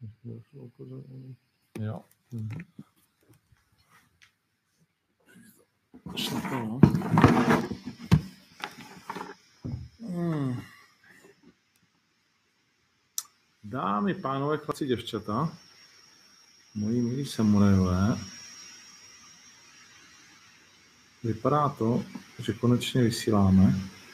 Jo. Dámy, pánové, chlapci, děvčata, moji milí samurajové, vypadá to, že konečně vysíláme.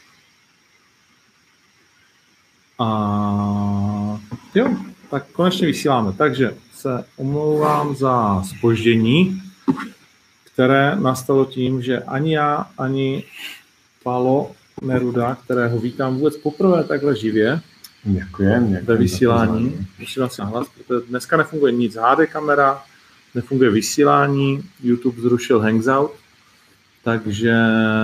A jo, tak konečně vysíláme. Takže se omlouvám za zpoždění, které nastalo tím, že ani já, ani Pálo Neruda, kterého vítám vůbec poprvé takhle živě, Děkujem. Ve vysílání, musím si nahlas, protože dneska nefunguje nic, HD kamera, nefunguje vysílání, YouTube zrušil Hangout, takže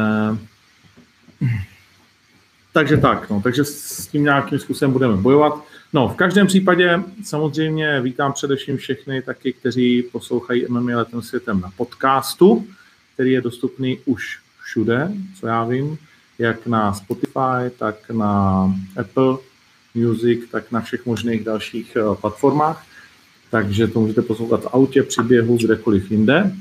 s tím nějakým způsobem budeme bojovat. No, v každém případě samozřejmě vítám především všechny taky, kteří poslouchají MMA letem světem na podcastu, který je dostupný už všude, co já vím, jak na Spotify, tak na Apple Music, tak na všech možných dalších platformách. Takže to můžete poslouchat v autě, při běhu, kdekoliv jinde.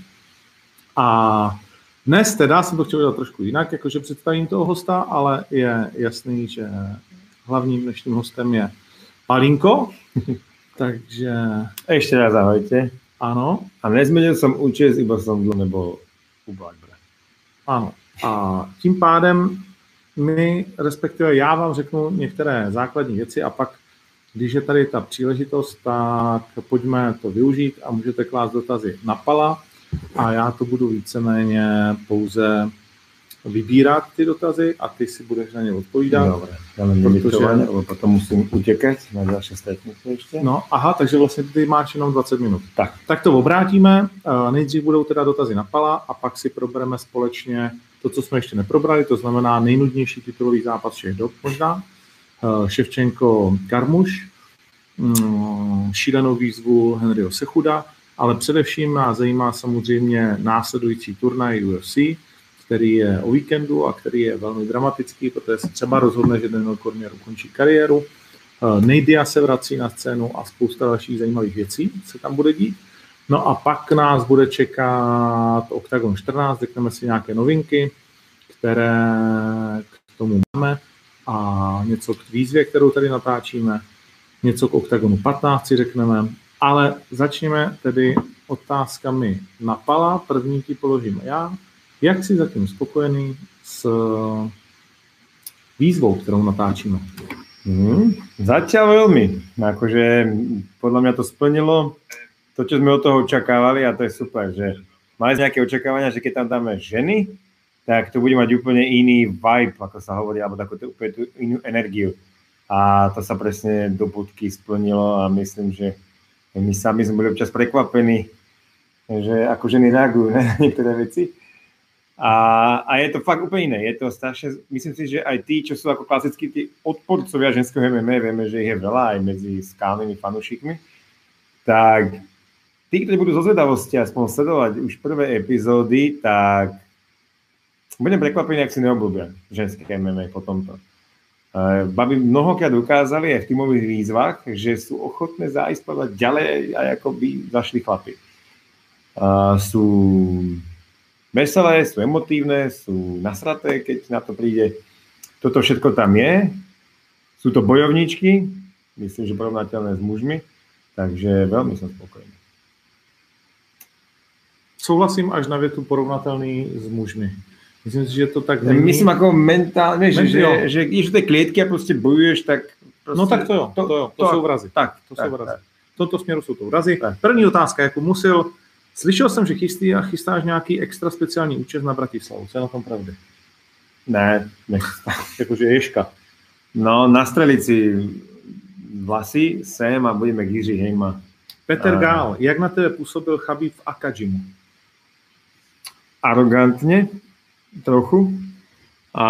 A dnes teda jsem to chtěl dělat trošku jinak, jakože představím toho hosta, ale je jasný, že hlavním dnešním hostem je Palinko. Takže... Ešte raz ahojte. Ano. A nezmenil som účes, iba som dlho nebol u Barbara. Ano. A tím pádem respektive já vám řeknu některé základní věci a pak, když je tady ta příležitost, tak pojďme to využít a můžete klást dotazy na Pala a já to budu víceméně pouze vybírat ty dotazy a ty si budeš na ně odpovídat. Dobre, ja len limitovanie, lebo potom musím utekať na ďalšie stretnutie ešte. No, aha, takže vlastně ty máš jenom 20 minut. Tak to obrátíme. Nejdřív budou teda dotazy na Pala a pak si probereme společně to, co jsme ještě neprobrali, to znamená nejnudnější titulový zápas všech dob možná. Ševčenko Karmuš, šílenou výzvu Henryho Sechuda, ale především nás zajímá samozřejmě následující turnaj UFC, který je o víkendu a který je velmi dramatický, protože se třeba rozhodne, že Daniel Cormier ukončí kariéru. Nate se vrací na scénu a spousta dalších zajímavých věcí se tam bude dít. No a pak nás bude čekat Octagon 14, řekneme si nějaké novinky, které k tomu máme a něco k výzvě, kterou tady natáčíme, něco k Octagonu 15 si řekneme, ale začněme tedy otázkami na Pala. První ti položím já. Jak jsi zatím spokojený s výzvou, kterou natáčíme? Zatiaľ veľmi. Akože podľa mňa to splnilo to, čo sme od toho očakávali a to je super, že mali sme nejaké očakávania, že keď tam dáme ženy, tak to bude mať úplne iný vibe, ako sa hovorí, alebo takú úplne tú inú energiu. A to sa presne do bodky splnilo a myslím, že my sami sme boli občas prekvapení, že ako ženy reagujú na niektoré veci. A je to fakt úplne iné. Je to strašne, myslím si, že aj tí, čo sú ako klasickí tí odporcovia ženského MMA, vieme, že ich je veľa aj medzi skálnymi fanúšikmi, tak tí, ktorí budú zo zvedavosti aspoň sledovať už prvé epizódy, tak budem prekvapený, ak si neobľúbia ženské MMA po tomto. Babi mnohokrát ukázali aj v tímových výzvach, že sú ochotné zájsť povedať ďalej, aj ako by zašli chlapi. Sú veselé, sú emotívne, sú nasraté, keď na to príde. Toto všetko tam je. Sú to bojovníčky, myslím, že porovnateľné s mužmi, takže veľmi som spokojný. Souhlasím až na větu porovnatelný s mužmi. Myslím si, že to tak není. Myslím ako mentálne, že když do tej klietky a prostě bojuješ, tak... Prostě, no tak to jo, to jsou vrazy. To jsou vrazy. V tomto směru jsou to vrazy. První otázka, jako musil. Slyšel jsem, že chystáš nějaký extra speciální účest na Bratislavu. Co je na tom pravdy? Ne. Jakože ješka. No, nastreliť si vlasy sem a budeme k Jiří Hejma. Petr Gál, jak na tebe působil Chabib v Akajimu? Arogantne, trochu. A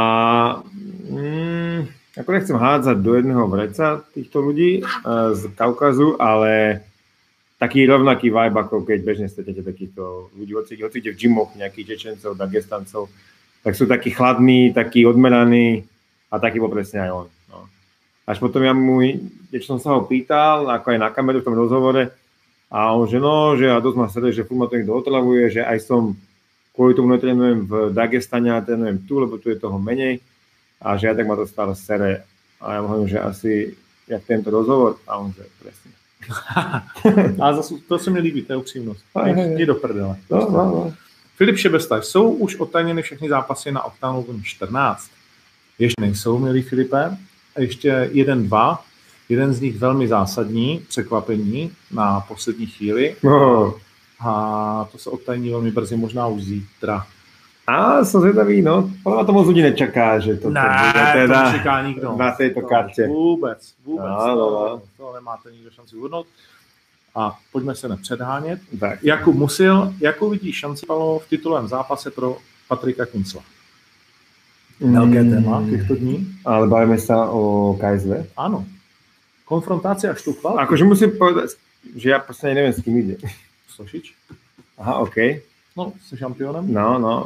ako nechcem hádzať do jedného vreca týchto ľudí z Kaukazu, ale taký rovnaký vibe, ako keď bežne stretnete takýchto ľudí, hoci v gymoch nejakých Čečencov, Dagestancov, tak sú takí chladní, takí odmeraní a taký bol presne aj on. No. Až potom keď som sa ho pýtal, ako aj na kameru v tom rozhovore, a on, že no, že ja dosť ma sere, že furt ma to niekto otravuje, že aj som kvôli tomu netrénujem v Dagestane a trénujem tu, lebo tu je toho menej a že ja tak ma to stále sere. A ja hovorím, že asi jak tento rozhovor, a on, že presne. A zase to se mi líbí, to je upřímnost. Jdi do prdele. No. Filip Šebesta, jsou už odtajněny všechny zápasy na Octagon 14? Ještě nejsou, milý Filipe. Ještě 1-2. Jeden z nich velmi zásadní, překvapení na poslední chvíli. No. A to se odtajní velmi brzy, možná už zítra. A som zvedavý, no. Ale to moc ľudí nečaká, že to ne, bude teda to nečeká nikdo. Na této kartě. Vůbec. No. To nemáte nikdo šanci uhodnout. A pojďme se nepředhánět. Tak. Jakub Musil, jakou vidíš šanci v titulovém zápase pro Patrika Kincla? Velké téma těchto dní. Ale bavíme sa o KSV? Áno. Konfrontácia až tu chval. Akože musím povedať, že ja posledne neviem, s kým ide. Sošič? Aha, okej. No, se šampiónem? No.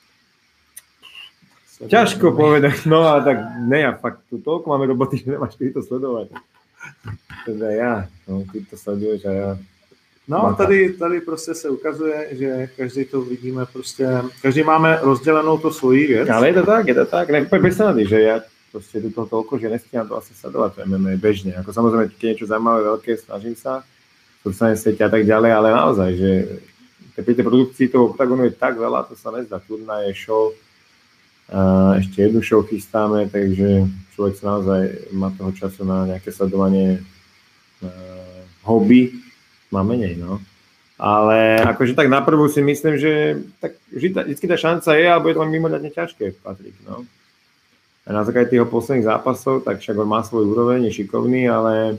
Ťažko povedať, no ale tak ne, ja fakt tu toľko máme roboty, že nemáš ty to sledovať. Teda ja, no, ty to sleduješ a ja. No, tady prostě se ukazuje, že každý to vidíme prostě, každý máme rozdělenou to svoji věc. Ale je to tak, ne, bez sanady, že ja proste tu toho toľko, že nestíham to asi sledovať, to MMA bežne. Ako samozrejme, keď niečo zaujímavé, veľké, snažím sa, v sociálnej siete a tak ďalej, ale naozaj, že pri tej produkcii toho Octagonu je tak veľa, to sa nezdá, turnaje, show, ešte jednu show chystáme, takže človek sa naozaj má toho času na nejaké sledovanie hobby, má menej, no. Ale akože tak naprvu si myslím, že tak vždycky tá šanca je, ale bude to mimoriadne ťažké, Patrik, no. A na základe tých posledných zápasov, tak však on má svoj úroveň, je šikovný, ale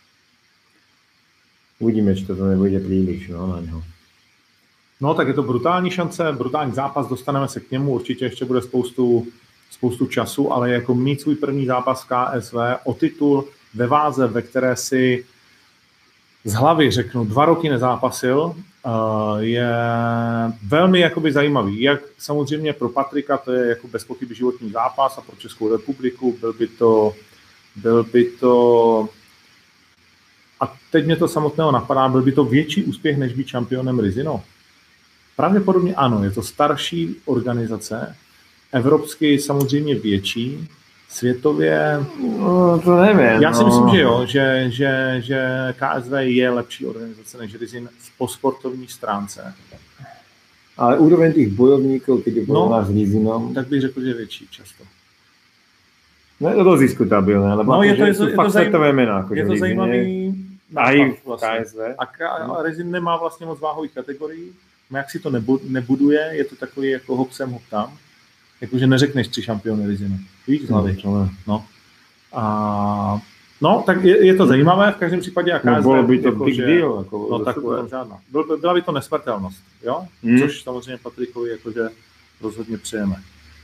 uvidíme, či to nebude príliš, no, na něho. No, tak je to brutální šance, brutální zápas, dostaneme se k němu, určitě ještě bude spoustu času, ale jako mít svůj první zápas v KSV o titul ve váze, ve které si z hlavy řeknu 2 roky nezápasil, je velmi jakoby zajímavý. Jak samozřejmě pro Patrika to je jako bez pochyby životní zápas a pro Českou republiku byl by to a teď mě to samotného napadá, byl by to větší úspěch, než být šampionem Rizino. Pravděpodobně ano, je to starší organizace, evropsky samozřejmě větší, světově... No, to nevím. Já si myslím, že jo, že KSV je lepší organizace než Rizin po sportovní stránce. Ale úroveň těch bojovníků, když bojoval s Rizinom... Tak bych řekl, že je větší často. No je to dost diskutabilné, ale no, jsou fakt světové jména. Je to zajímavý nápad vlastně. KSV. A Rizin nemá vlastně moc váhových kategorií, jak si to nebuduje, je to takový jako hop sem, hop tam. Jakože neřekneš 3 šampiony Rizinu. Víš z hlavy. No. No, tak je to zajímavé v každém případě. A KSV, no, bylo by to jako, big deal. Jako, no tak to žádná. Byla by to nesmrtelnost, jo? Což samozřejmě Patrikovi jakože rozhodně přejeme.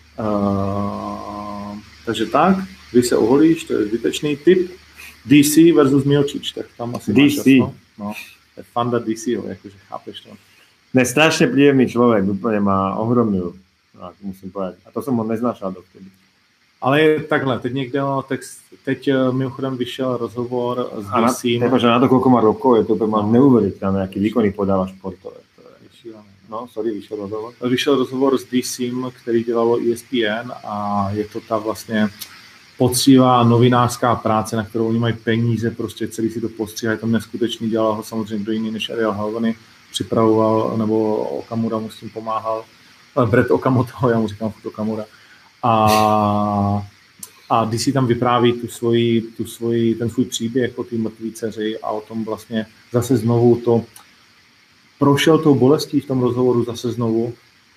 Takže tak, když se oholíš, to je zbytečný tip. DC versus Miocic, tak tam asi DC. máš čas, no. To je fanda DCho, jakože chápeš to. Ne, strašně příjemný člověk, úplně má ohromil, musím povedať. A to jsem ho neznášal dovtedy. Ale takhle, teď mimochodem vyšel rozhovor s DC. Že na to, koľko má rokov, je to má neuveriteľné, aký výkony podáva športové. No, vyšel rozhovor. Vyšel rozhovor s DC, který dělalo ESPN a je to ta vlastně poctivá novinářská práce, na kterou oni mají peníze, prostě celý si to postříhají, to neskutečný, dělal ho samozřejmě kdo jiný než Ariel Helvany, připravoval, nebo Okamura mu s tím pomáhal, Brett Okamoto, já mu říkám furt Okamura. A DC tam vypráví ten svůj příběh o té mrtvé dceři a o tom vlastně zase znovu to prošel tou bolestí v tom rozhovoru zase znovu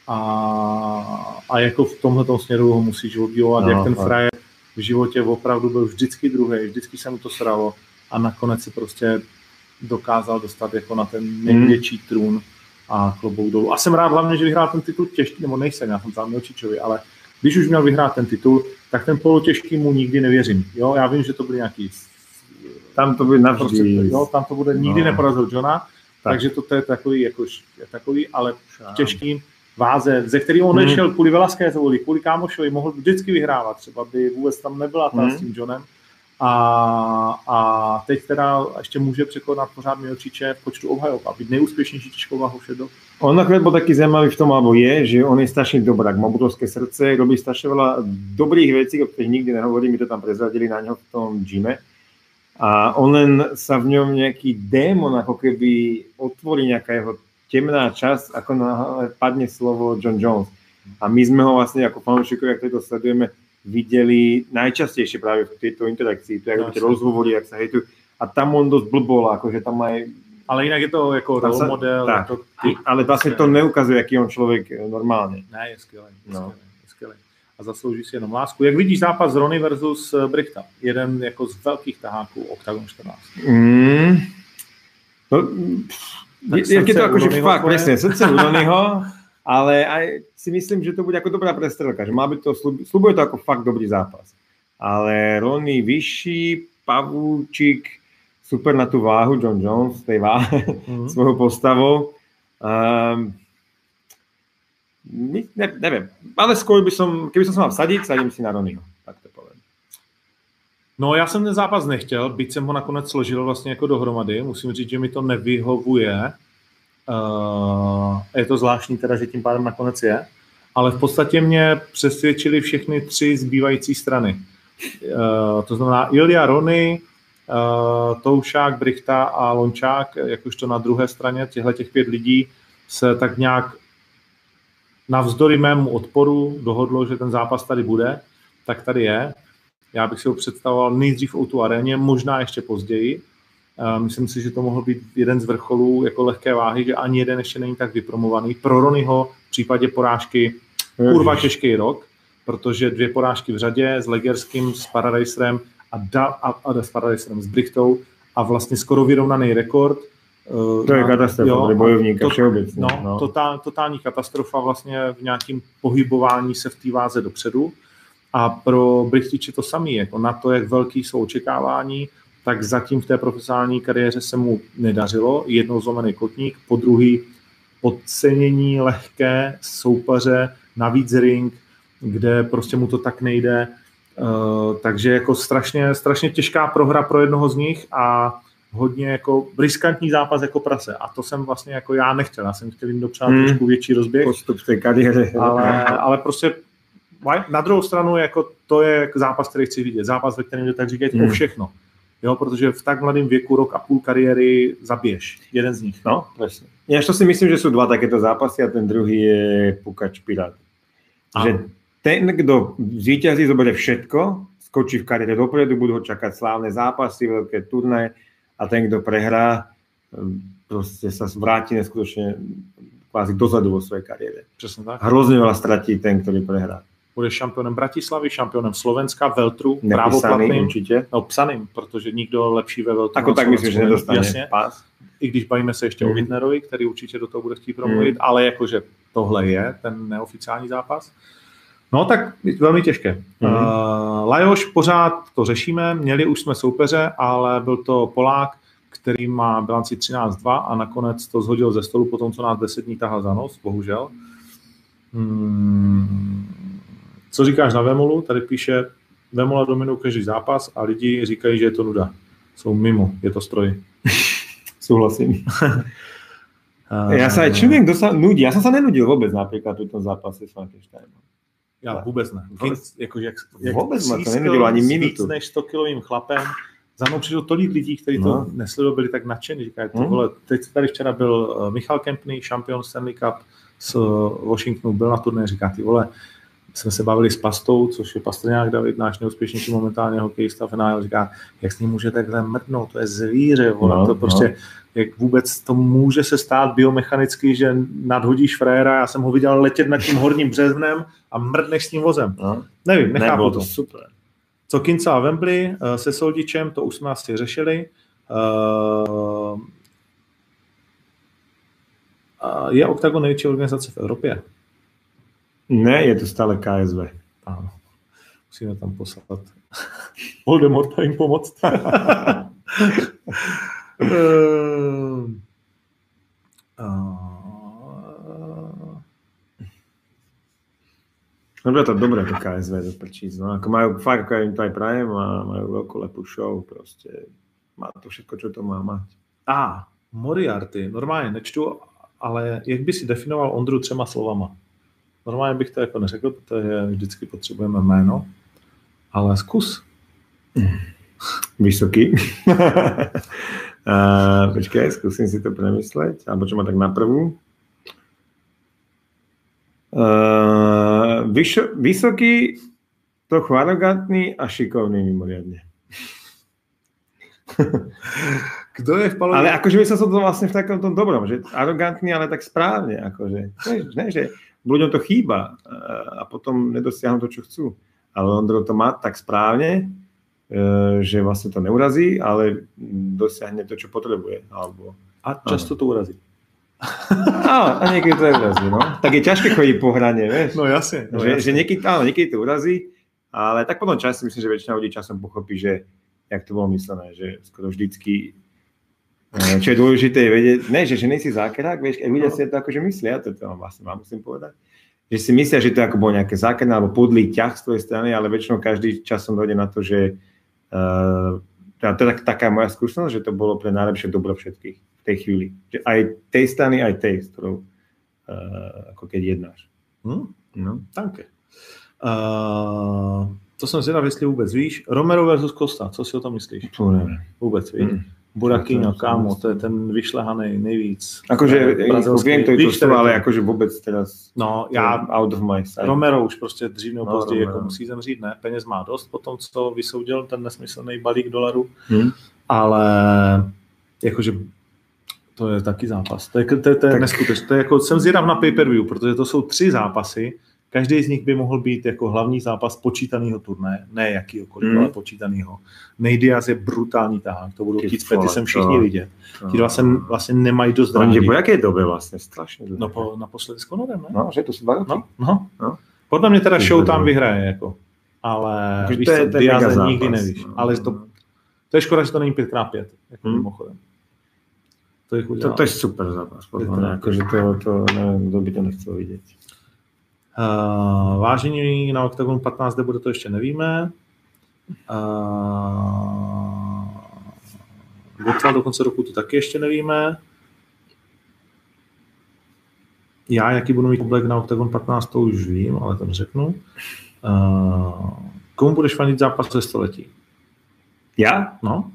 a jako v tomhletom směru ho musíš obdivovat, jak ten frajer v životě opravdu byl vždycky druhý, vždycky se mu to sralo a nakonec se prostě dokázal dostat jako na ten největší trůn a klobouk dolů. A jsem rád hlavně, že vyhrál ten titul těžký, nebo nejsem, já jsem tam Miocičovi, ale když už měl vyhrát ten titul, tak ten polotěžký mu nikdy nevěřím. Jo, já vím, že to byl nějaký... Tam to bude navždy. Jo, tam to bude, nikdy neporazil Johna, takže to je takový, ale v těžkým váze, ze kterého on nešel kvůli Velasquezovi, kvůli kámošovi, mohl vždycky vyhrávat, třeba by vůbec tam nebyla ta s tím Johnem, A teď teda ještě může překonat pořád Miociče v počtu obhajob a být nejúspěšnější těžkou váhou všeho. On nakoniec bol taký zaujímavý v tom, alebo je, že on je strašný dobrák, má obrovské srdce, robí strašne veľa dobrých vecí, o ktorých nikdy nehovorí, my to tam prezradili na ňo v tom gyme. A on len sa v ňom nejaký démon ako keby otvorí nejaká jeho temná časť, ako padne slovo John Jones. A my sme ho vlastne ako fanúšikovia, ktorí to sledujeme, videli najčastejšie práve v tejto interakcii, to je ako tie rozhovory, jak sa hejtujú. A tam on dosť blbol, akože tam aj... Ale jinak je to jako role model. Tak, to ale vlastně to neukazuje, jaký on člověk normálně. Ne, je skvělý. A zaslouží si jenom lásku. Jak vidíš zápas Ronny versus Brichta? Jeden jako z velkých taháků Octagon 14. No, je to akože fakt, presne, srdce u Ronnyho, ale aj si myslím, že to bude ako dobrá prestrelka, že má byť to, slubuje to ako fakt dobrý zápas. Ale Ronny vyšší, pavúčik, super na tú váhu, John Jones, tej váhe, svojou postavou. Neviem, ale skôr by som, keby som sa mal vsadiť, sadím si na Ronnyho, tak to poviem. No já jsem ten zápas nechtěl, byť jsem ho nakonec složil vlastně jako dohromady, musím říct, že mi to nevyhovuje. Je to zvláštní teda, že tím pádem nakonec je, ale v podstatě mě přesvědčili všechny tři zbývající strany. To znamená Ilja, Ronny, Toušák, Brichta a Lončák, jakožto na druhé straně těch 5 lidí se tak nějak navzdory mému odporu dohodlo, že ten zápas tady bude, tak tady je. Já bych si ho představoval nejdřív v O2 aréně, možná ještě později. Myslím si, že to mohl být jeden z vrcholů jako lehké váhy, že ani jeden ještě není tak vypromovaný. Pro Ronnyho v případě porážky kurva těžký rok, protože 2 porážky v řadě s Legerským, s Paradiserem a s Paradiserem, s Brichtou a vlastně skoro vyrovnaný rekord. To je katastrofa, bojovníka všeobecně. No. Totální katastrofa vlastně v nějakým pohybování se v té váze dopředu. A pro Brichtiče to samý, jako na to, jak velký jsou očekávání, tak zatím v té profesionální kariéře se mu nedařilo. Jednou zlomený kotník, po druhý podcenění lehké soupeře, navíc ring, kde prostě mu to tak nejde. Takže jako strašně těžká prohra pro jednoho z nich a hodně jako riskantní zápas jako prase. A to jsem vlastně jako já nechtěl. Já jsem chtěl jim dopřát trošku větší rozběh. Postup v té kariéře. Ale prostě na druhou stranu jako to je zápas, který chci vidět. Zápas, ve kterém jde tak říkat o všechno. Jo, protože v tak mladém věku, rok a půl kariéry zabiješ. Jeden z nich. No, presne. Ja to si myslím, že sú 2 takéto zápasy a ten druhý je Pukač Pirát. Že ten, kto zvíťazí, zoberie všetko, skočí v kariére dopredu, budú ho čakať slávne zápasy, veľké turnaje a ten, kto prehrá, proste sa vráti neskutočne kvázi dozadu vo svojej kariére. Přesně tak. Hrozně veľa ztratí ten, ktorý prehrá. Bude šampionem Bratislavy, šampionem Slovenska, Veltru, právoplatným. Určitě. No, psaným, protože nikdo lepší ve Veltru. Ako tak myslím, že nedostane pás. I když bavíme se ještě o Wittnerovi, který určitě do toho bude chtít promluvit, ale jakože tohle je ten neoficiální zápas. No tak velmi těžké. Lajoš pořád to řešíme, měli už jsme soupeře, ale byl to Polák, který má bilanci 13-2 a nakonec to zhodil ze stolu po tom, co nás 10 dní tahal za nos, bohužel. Co říkáš na Vemolu? Tady píše, Vemola dominuje každý zápas a lidi říkají, že je to nuda. Jsou mimo, je to stroj. Súhlasím. Ja sa aj čudujem, kto sa nudí. Ja som sa nenudil vôbec napríklad v tom zápase s Frankensteinom. Já vůbec ne. Jak vůbec ma to nenudilo ani minutu. Víc než 100-kilovým chlapem. Za mnou přišlo tolik lidí, kteří to nesledovali, byli tak nadšení. Říkají, vole, teď tady včera byl Michal Kempný, šampion Stanley Cup z Washingtonu, byl na turné, říká, ty vole, jsme se bavili s Pastou, což je Pastrňák David, náš neúspěšnější momentálně hokejista v NHL, říká, jak s ním může takhle mrdnout, to je zvíře, vole, to prostě, jak vůbec to může se stát biomechanicky, že nadhodíš frajera, já jsem ho viděl letět nad tím horním březnem a mrdneš s tím vozem. Nevím, nechápu to. Super. Co Kinca a Wembley se Soldičem, to už jsme asi řešili. Je Octagon největší organizace v Evropě? Ne, je to stále KSV. Ano. Musíme tam poslat Voldemorta jim pomoct. No je to dobré, to KSV doprčíc, no. Ako majú, fakt, ako im to aj prajem a majú veľkú lepú show, proste má to všetko, čo to má mať. Moriarty, normálně nečtu, ale jak by si definoval Ondru 3 slovama? Normálně bych to jako neřekl, protože vždycky potřebujeme jméno, ale zkus. Vysoký. Počkej, skúsim si to premysleť, alebo čo má tak na prvú. Vysoký, trochu arogantný a šikovný mimoriadne. Kdo je v Palo? Ale akože by som to vlastne v takom tom dobrom, že arogantný, ale tak správne, akože. Ne, že ľuďom to chýba a potom nedosiahnu to, čo chcú. Ale Ondro to má tak správne, že vlastne to neurazí, ale dosiahne to, čo potrebuje. Alebo... A často to urazí. A niekedy to urazí, no. Tak je ťažké chodiť po hrane, vieš. No jasne. Že niekedy to urazí, ale tak potom čas si myslím, že väčšina ľudí časom pochopí, že jak to bolo myslené, že skoro vždycky, čo je dôležité je vedieť, ne, že nie si zákerák, vieš, keď ľudia si to akože myslia, to vlastne vám musím povedať, že si myslia, že to ako bol nejaké zákerné alebo podlý ťah z tvojej strany, ale väčšinou každý časom dojde na to, že to je taká moja skúsenosť, že to bolo pre najlepšie dobro všetkých v tej chvíli. Že aj tej strany, aj tej, s ktorou ako keď jednáš. No, danke. To jsem zvědav, jestli vůbec víš. Romero versus Costa, co si o tom myslíš? To nevím. Vůbec, víš? Burakinho, kámo, to je ten vyšlehaný nejvíc. Akože, viem to trošku, ale akože vůbec teraz no, já out of my sight. Romero už prostě dřív nebo později jako musí zemřít, ne? Peněz má dost po tom, co vysoudil ten nesmyslný balík dolarů, ale jakože to je taky zápas. To je neskutečné. To je jako, jsem zvědav na pay-per-view, protože to jsou 3 zápasy. Každý z nich by mohl být jako hlavní zápas počítaného turnaje, ne jakýhokoliv, ale počítaného. Nate Diaz je brutální tahák, to budou chtít s Pettisem všichni vidět. Ti dva se vlastně nemají dost zdraví. Po jaké době vlastně? Strašně. No naposledy s Conorem, ne? No, že to jsou 2 roky. No. Podle mě teda show tam vyhraje, jako. Ale víš co, Diaz nikdy nevíš. Ale to je škoda, že to není 5x5, jako mimochodem. To je super zápas, podle mě, jakože to nevím, kdo by to nechcel vidět. Vážení na Octagon 15, kde bude, to ještě nevíme. Gotva do konce roku to taky ještě nevíme. Já, jaký budu mít oblek na Octagon 15, to už vím, ale to neřeknu. Komu budeš fanit zápas ze století? Já? No.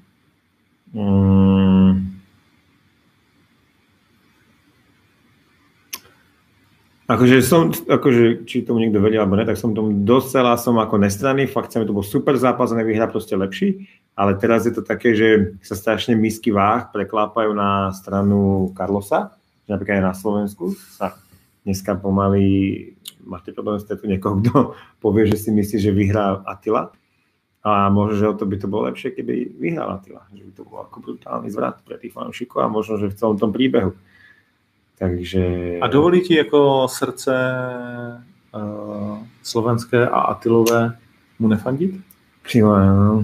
Akože, či tomu niekto vedel, alebo ne, tak som tomu docela som ako nestranný, fakt sa mi to bol super zápas a nevyhrá proste lepší, ale teraz je to také, že sa strašne misky váh preklápajú na stranu Carlosa, že napríklad aj na Slovensku sa dneska pomaly máte problém s tu niekoho, kto povie, že si myslí, že vyhrá Attila a možno, že o to by to bolo lepšie, keby vyhral Attila, že by to bol ako brutálny zvrat pre tých fanúšikov a možno, že v celom tom príbehu. Takže... A dovolí ti jako srdce slovenské a Attilové mu nefandit? No.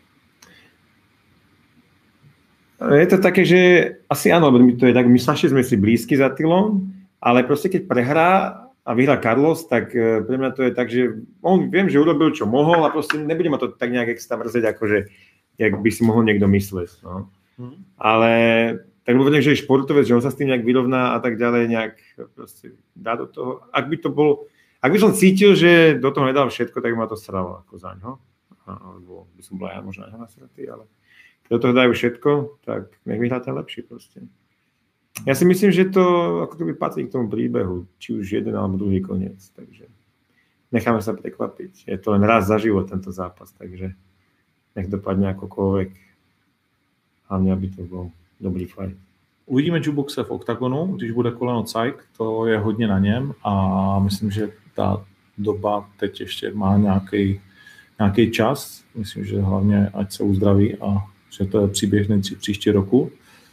Je to také, že asi áno, lebo to je tak, my sme si blízky s Attilom, ale proste keď prehrá a vyhrá Carlos, tak pre mňa to je tak, že on viem, že urobil čo mohol a proste nebude ma to tak nejak extra mrzeť, akože jak by si mohol niekto mysleť. No. Ale tak ľudia, že je športovec, že on sa s tým nejak vyrovná a tak ďalej, nejak proste dá do toho. Ak by som cítil, že do toho nedal všetko, tak by ma to sralo ako zaňho. Alebo by som bola ja možno aj nasratý, ale keď do toho dajú všetko, tak nech vyhrá ten lepší proste. Ja si myslím, že to ako to by patrí k tomu príbehu, či už jeden alebo druhý koniec, takže necháme sa prekvapiť. Je to len raz za život tento zápas, takže nech dopadne akokoľvek. Hlavne, aby to bol dobrý fight. Uvidíme Juboxe v Octagonu, když bude koleno Cajk, to je hodně na něm a myslím, že ta doba teď ještě má nějaký čas. Myslím, že hlavně ať se uzdraví a že to je příběh nejdřív příští roku.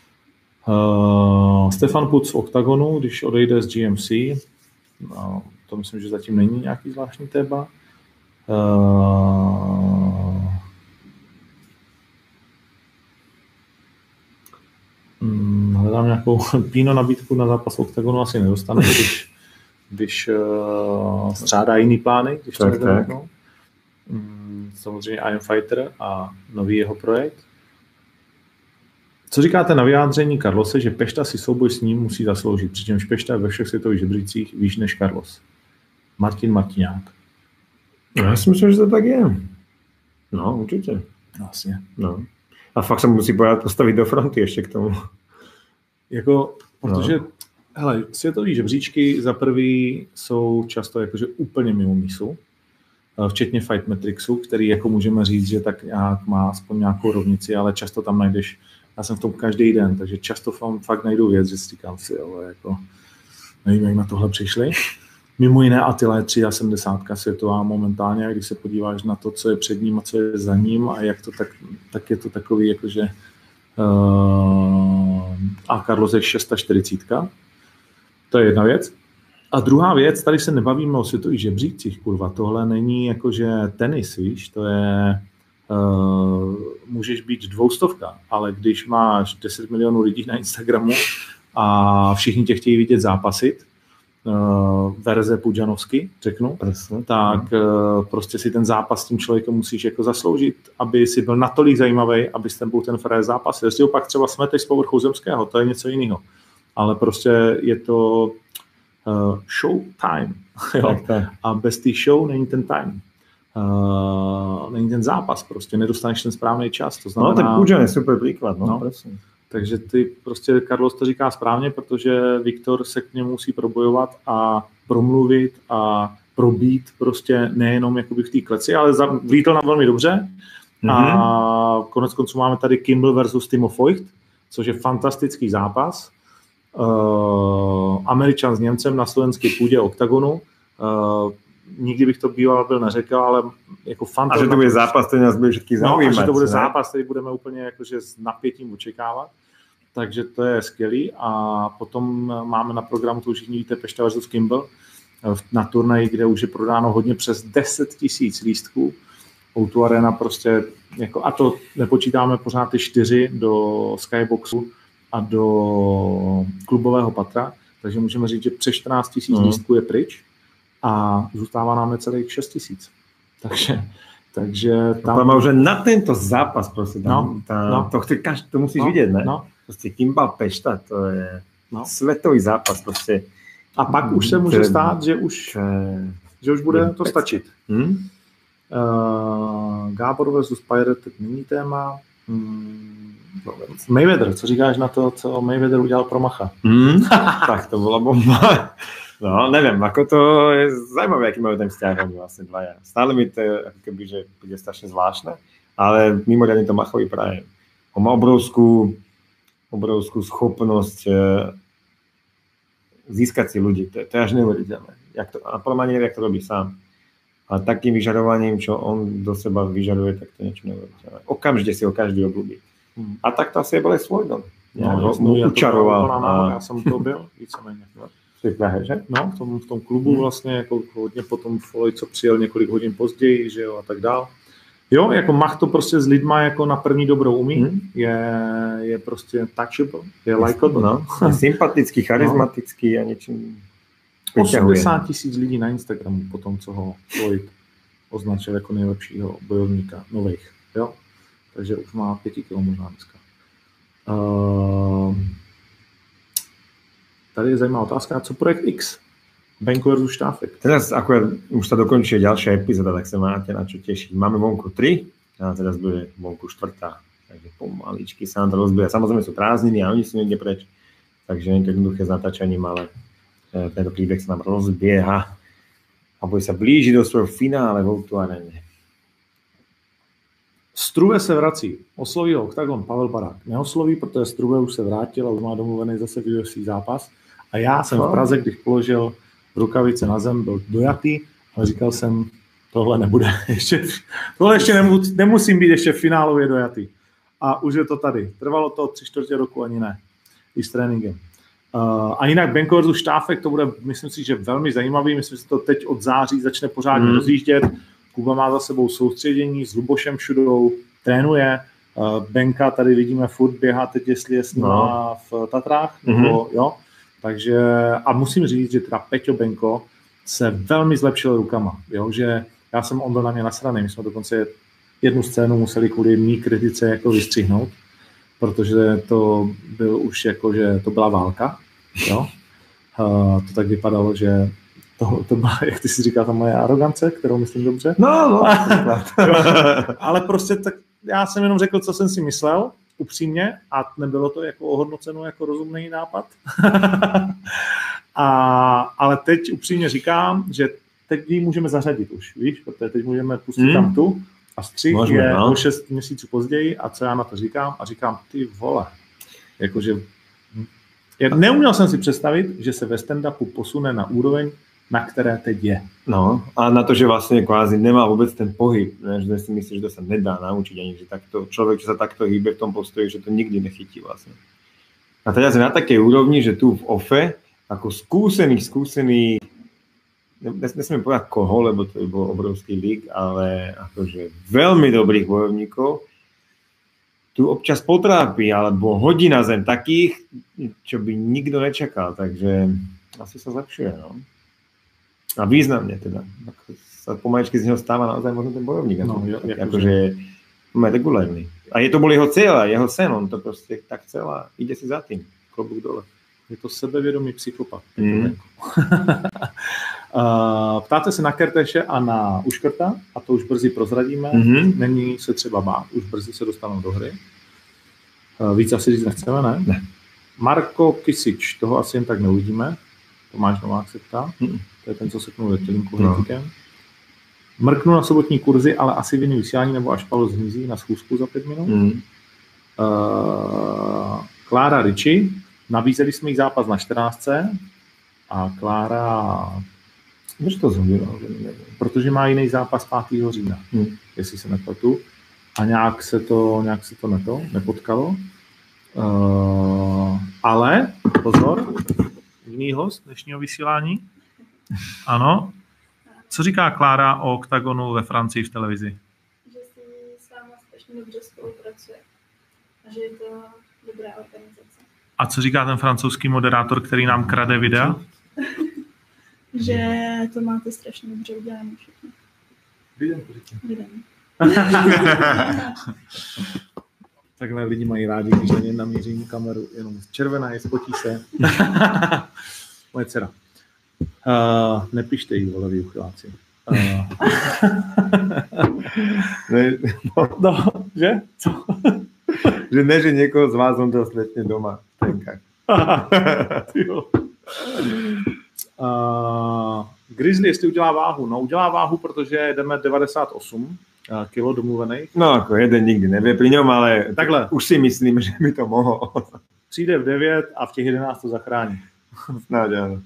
Stefan Puc v Octagonu, když odejde z GMC, to myslím, že zatím není nějaký zvláštní téma. Hledám nějakou Pino nabídku na zápas Octagonu, asi nedostane, když střádá jiný plány, když to nevyhlednou. Samozřejmě I Am Fighter a nový jeho projekt. Co říkáte na vyjádření Carlose, že Pešta si souboj s ním musí zasloužit, přičemž Pešta je ve všech světových žebřících výš než Carlos? Martin Martiňák. No, já si myslím, že to tak je. No, určitě. Vlastně. No. A fakt se musí postavit do fronty ještě k tomu. Jako, protože, hele, světový žebříčky za prvý jsou často jakože úplně mimo mísu, včetně Fight Matrixu, který jako můžeme říct, že tak nějak má aspoň nějakou rovnici, ale často tam najdeš, já jsem v tom každý den, takže často fakt najdu věc, že si říkám si, jo, jako nevím, jak na tohle přišli. Mimo jiné Attila je 73 světová momentálně, a když se podíváš na to, co je před ním a co je za ním a jak to tak je to takový, jakože a Carlos je 640. To je jedna věc. A druhá věc, tady se nebavíme o světových žebřících, kurva, tohle není jakože tenis, víš, to je, můžeš být 200, ale když máš 10 milionů lidí na Instagramu a všichni tě chtějí vidět zápasit, verze Pudžanovsky, řeknu, tak prostě si ten zápas s tím člověkem musíš jako zasloužit, aby si byl natolik zajímavý, aby s tebou ten frajer zápas. Jestli ho pak třeba smeteš z povrchu zemského, to je něco jiného. Ale prostě je to show time. Jo? A bez té show není ten time. Není ten zápas, prostě nedostaneš ten správný čas. To znamená, no, ten Pudžan je super příklad. No. Takže ty prostě, Carlos to říká správně, protože Viktor se k němu musí probojovat a promluvit a probít prostě nejenom jakoby v té kleci, ale vlítl nám velmi dobře. A konec konců máme tady Kimball versus Timo Voigt, což je fantastický zápas. Američan s Němcem na slovenské půdě oktagonu. Nikdy bych to byl neřekl, ale jako fantastický. A že to bude zápas, který nás bude všichni zaujímat. No, a že to bude zápas, který budeme úplně jakože s napětím očekávat. Takže to je skvělý. A potom máme na programu, to už všichni víte, Pešta versus Kimball, na turnaji, kde už je prodáno hodně přes 10 000 lístků. O2 Arena prostě, jako, a to nepočítáme pořád ty 4 do Skyboxu a do klubového patra, takže můžeme říct, že přes 14 000 lístků je pryč a zůstává nám necelých 6 000. Takže tam... No, že na tento zápas prostě tam, to musíš vidět, ne? No. Prostě Kimball Pešta, to je světový zápas prostě. A pak už se může stát, že už bude to stačit. Gábor versus Pirate teď není téma. Mayweather, co říkáš na to, co Mayweather udělal pro Macha? Tak to byla bomba. No, neviem, ako to je zaujímavé, aký majú ten vzťah oni vlastne dvaja. Stále mi to je, ako keby, že bude strašne zvláštne, ale mimoriadne to Machovi prajem. On má obrovskú schopnosť získať si ľudí. To je až neuveriteľné. A podľa mňa nevie, jak to robí sám. A takým vyžadovaním, čo on do seba vyžaduje, tak to je niečo neuveriteľné. Okamžite si ho každý obľúbi. A tak to asi je bol aj Floydom. Učaroval. Já jsem to byl, víceméně. No, v tom klubu vlastně jako hodně potom Floyd, co přijel několik hodin později, že jo, a tak dál. Jo, jako Mach to prostě s lidma jako na první dobrou umí, je prostě touchable, je likeable. No. Je sympatický, charismatický a něčím 80 000 lidí na Instagramu po tom, co ho Floyd označil jako nejlepšího bojovníka nových, jo. Takže už má 5 kg možná dneska. Tady je zajímavá otázka, co projekt X? Benko versus Štáfek. Teraz akurát už sa dokončuje ďalšia epizóda, tak sa máte na čo tešiť. Máme vonku 3 a teraz bude vonku 4. Takže pomaličky sa nám to rozbieha. Samozrejme sú prázdniny a oni sú niekde preč. Takže nie je to jednoduché s natáčaním, ale tento príbeh sa nám rozbieha a bude sa blížiť do svojho finále v O2 Arene. Struve se vrací. Osloví ho Oktagon Pavel Barák. Neosloví, protože Struve už se vrátil a už má domluvený zase videový zápas. A já jsem v Praze, když položil rukavice na zem, byl dojatý, ale říkal jsem, tohle nebude tohle ještě nemusím být ještě v finálově dojatý. A už je to tady. Trvalo to 3/4 roku, ani ne. I s tréninkem. A jinak Benko versus Štáfek, to bude, myslím si, že velmi zajímavý. Myslím si, že to teď od září začne pořádně rozjíždět. Kuba má za sebou soustředění, s Lubošem Šudou, trénuje. Benka tady vidíme furt běhá teď, jestli je s ním v Tatrách, nebo jo. Takže, a musím říct, že teda Peťo Benko se velmi zlepšil rukama, jo, že on byl na mě nasraný, my jsme dokonce jednu scénu museli kvůli mý kritice jako vystřihnout, protože to byl už jako, že to byla válka, jo. To tak vypadalo, že to byla, jak ty si říká, ta moje arogance, kterou myslím dobře. No. Ale prostě tak já jsem jenom řekl, co jsem si myslel, upřímně, a nebylo to jako ohodnoceno jako rozumný nápad. Ale teď upřímně říkám, že teď ji můžeme zařadit už, víš, protože teď můžeme pustit tam tu a střih je o 6 měsíců později a co já na to říkám? A říkám, ty vole, jakože neuměl jsem si představit, že se ve stand-upu posune na úroveň, na které teď je. No, a na to, že vlastně kvázi nemá vůbec ten pohyb, ne, že si myslíš, že to se nedá naučiť ani, že takto, člověk, čo sa takto hýbe v tom postoji, že to nikdy nechytí vlastně. A teda sme na takej úrovni, že tu v OFE, ako skúsený, nesmiem povedať koho, lebo to by bol obrovský lík, ale akože veľmi dobrých bojovníkov, tu občas potrápi, alebo hodí na zem takých, čo by nikto nečakal, takže asi sa zlepšuje, no. A významne teda. Sa pomaličky z neho stáva naozaj možno ten bojovník. No, akože regulárny. A to bol jeho cieľ a jeho sen, on to proste tak chcel a ide si za tým. Klobúk dole. Je to sebevědomý psychopat. Ptáte se na Kertéše a na Uškrta, a to už brzy prozradíme. Není se třeba bát, už brzy se dostanou do hry. Víc asi říct nechceme, ne? Ne. Marko Kysič, toho asi jen tak neuvidíme. Tomáš Novák se ptá. To je ten, co seknul ve tělinku hnitikem. Mrknu na sobotní kurzy, ale asi v jiný vysílání, nebo až Pavel zmizí na schůzku za 5 minut. Klára Riči, nabízeli jsme jí zápas na 14. A Klára... Může to zhodila, protože má jiný zápas 5. října, jestli se nepletu. A nějak se to nepotkalo. Ale, pozor, jiný host dnešního vysílání. Ano. Co říká Klára o Oktagonu ve Francii v televizi? Že si s váma strašně dobře spolupracuje a že je to dobrá organizace. A co říká ten francouzský moderátor, který nám krade videa? Že to máte strašně dobře udělané všechno. Vidím. Takhle lidi mají rádi, když na ně namířím kameru, jenom červená je, spotí se. Moje dcera. Nepište jí, vole, vy uchyláci. No, že? Co? Že ne, že někoho z vás on to sletne doma v tenkách. Grizzly, jestli udělá váhu? No, udělá váhu, protože jdeme 98 kilo domluvených. No, ako jeden nikdy nevie pri ňom, ale takhle už si myslím, že by to mohlo. Přijde v 9 a v těch 11 to zachrání. Snáď áno.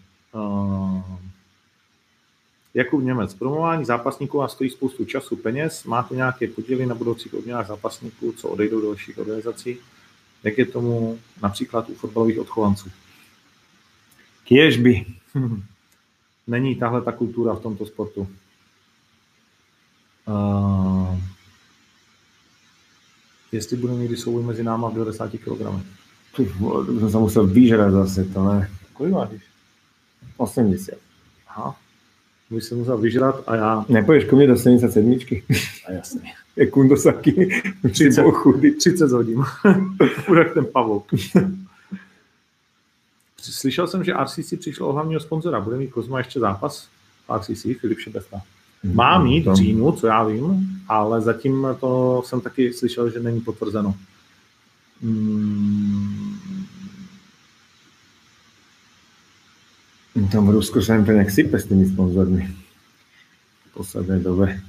Jakub Němec. Promování zápasníků a stojí spoustu času, peněz. Máte nějaké podíly na budoucích odměnách zápasníků, co odejdou do dalších organizací? Jak je tomu například u fotbalových odchovanců? Kiež by. Není tahle ta kultura v tomto sportu. Jestli bude někdy souboj mezi náma v 90 kg. To jsem se musel vyžrat zase, to ne. Kolik vážíš? 80. Aha. Můj se musel vyžrat a já... Nepůjdeš ko mne do 77. A jasně. Je Kundosaki. 30 hodin. Urak ten pavouk. Slyšel jsem, že RCC přišlo o hlavního sponzora. Bude mít Kozma ještě zápas RCC, Filip Šebesta. Má mít v říjnu, co já vím, ale zatím to jsem taky slyšel, že není potvrzeno. Tam v Rusku sa im to nejak sype s tými sponzormi v poslednej dobe.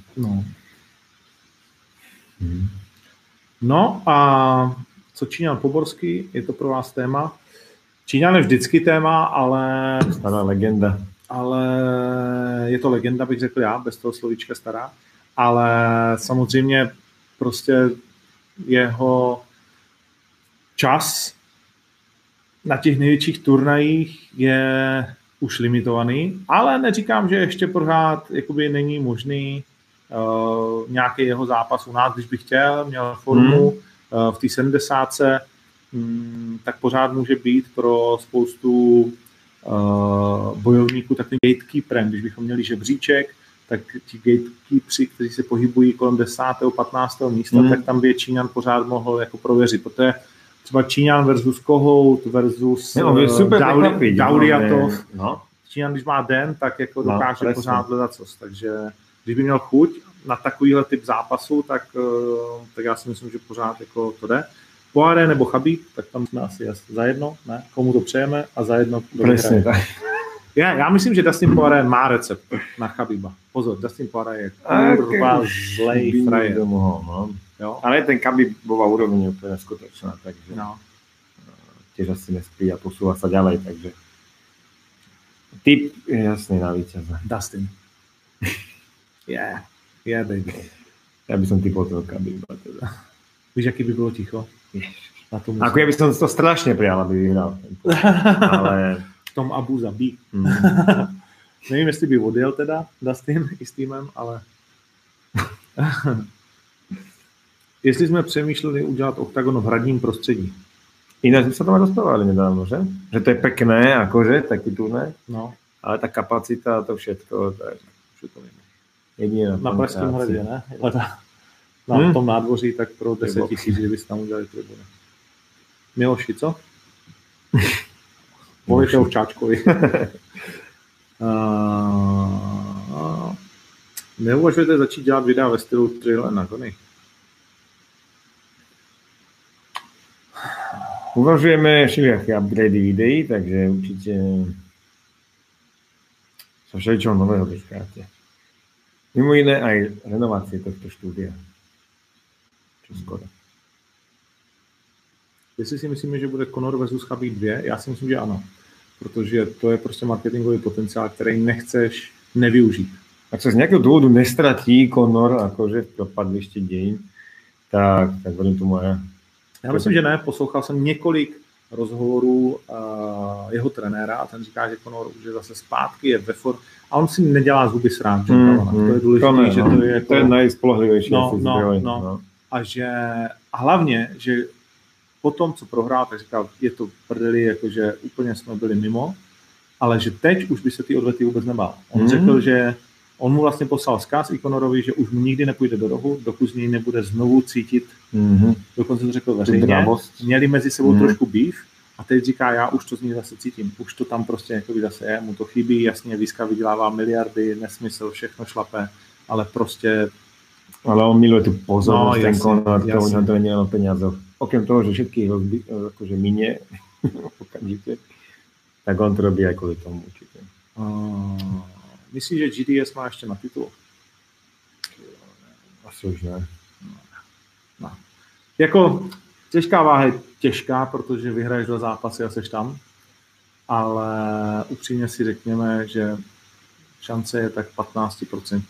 No a co Číňan Poborský, je to pro vás téma? Číňan je vždycky téma, ale... Stará legenda. Ale je to legenda, bych řekl já, bez toho slovíčka stará. Ale samozřejmě prostě jeho čas na těch největších turnajích je už limitovaný, ale neříkám, že ještě pořád jakoby není možný nějaký jeho zápas u nás, když by chtěl, měl formu v té 70, tak pořád může být pro spoustu bojovníků takovým gatekeeperem. Když bychom měli žebříček, tak ti gatekeepři, kteří se pohybují kolem 10. 15. místa, tak tam by Číňan pořád mohl jako prověřit. Protože třeba Číňan versus Kohout versus Dauliatov. No. Číňan, když má den, tak jako dokáže pořád hledat cos. Takže když by měl chuť na takovýhle typ zápasu, tak já si myslím, že pořád jako to jde. Poirier nebo Chabib, tak tam jsme asi zajedno, ne? Komu to přejeme a zajedno to Presne tak. Já myslím, že Dustin Poirier má recept na Chabiba. Pozor, Dustin Poirier je kurva zlej frajer. No. Ale ten Chabib bol úrovni úplne skutočná, takže tiež asi nespí a posúva sa ďalej, takže typ je jasný na víťaza. Dustin. Yeah, baby. Ja by som typol toho Chabiba teda. Víš, aký by bylo ticho? Ako ja by som to strašne prijal, aby vyhral. Ale Tom Abu Zabí. Nevím, jestli by odjel teda Dustin i s týmem, ale jestli jsme přemýšleli udělat oktagon v hradním prostředí. Ináč sme sa tam rozprávali nedávno, že? Že to je pekné, akože, taký turné. No. Ale tá kapacita a to všetko, tak všetko víme. Jedine na Pražském hradě, ne? Na tom nádvoří, tak pro 10 000, kdyby si tam udělali tribuny. Miloši, co? Volíte ho v Čáčkovi. Neuvažujete začít dělat videa ve stylu Trill na Gony? Uvažujeme všelijaké upgrady videí, takže určite sa všeličoho nového dočkáte. Mimo iné aj renovácie tohto štúdia. Čo skoro. Jestli si myslíme, že bude Conor versus Khabib 2, já si myslím, že ano. Protože to je prostě marketingový potenciál, který nechceš nevyužít. Ak sa z nejakého dôvodu nestratí Conor akože v propadlište dejín, tak verím tomu aj. Já myslím, že ne. Poslouchal jsem několik rozhovorů jeho trenéra a ten říká, že Conor už je zase zpátky, je ve formě. A on si nedělá zuby srát, že to je důležité, že to je jako... To je nejspolehlivější. No. A hlavně, že po tom, co prohrál, tak říkal, je to prdeli, jakože úplně jsme byli mimo, ale že teď už by se ty odvety vůbec nebál. On řekl, že on mu vlastně poslal vzkaz i Conorovi, že už mu nikdy nepůjde do rohu, dokud z něj nebude znovu cítit, dokonce to řekl veřejně, měli mezi sebou trošku beef a teď říká, já už to z něj zase cítím, už to tam prostě jakoby zase je, mu to chybí, jasně Viska vydělává miliardy, nesmysl, všechno šlape, ale prostě... Ale on miluje tu pozornosť, ten Conor, to on to nie je o peniazoch. Okrem toho, že všetkých akože minie okamžite, tak on to robí aj kvôli tomu určite. Myslíš, že GDS má ještě na titul? Asi už ne. No. Jako těžká váha je těžká, protože vyhraješ 2 zápasy a seš tam, ale upřímně si řekněme, že šance je tak 15%.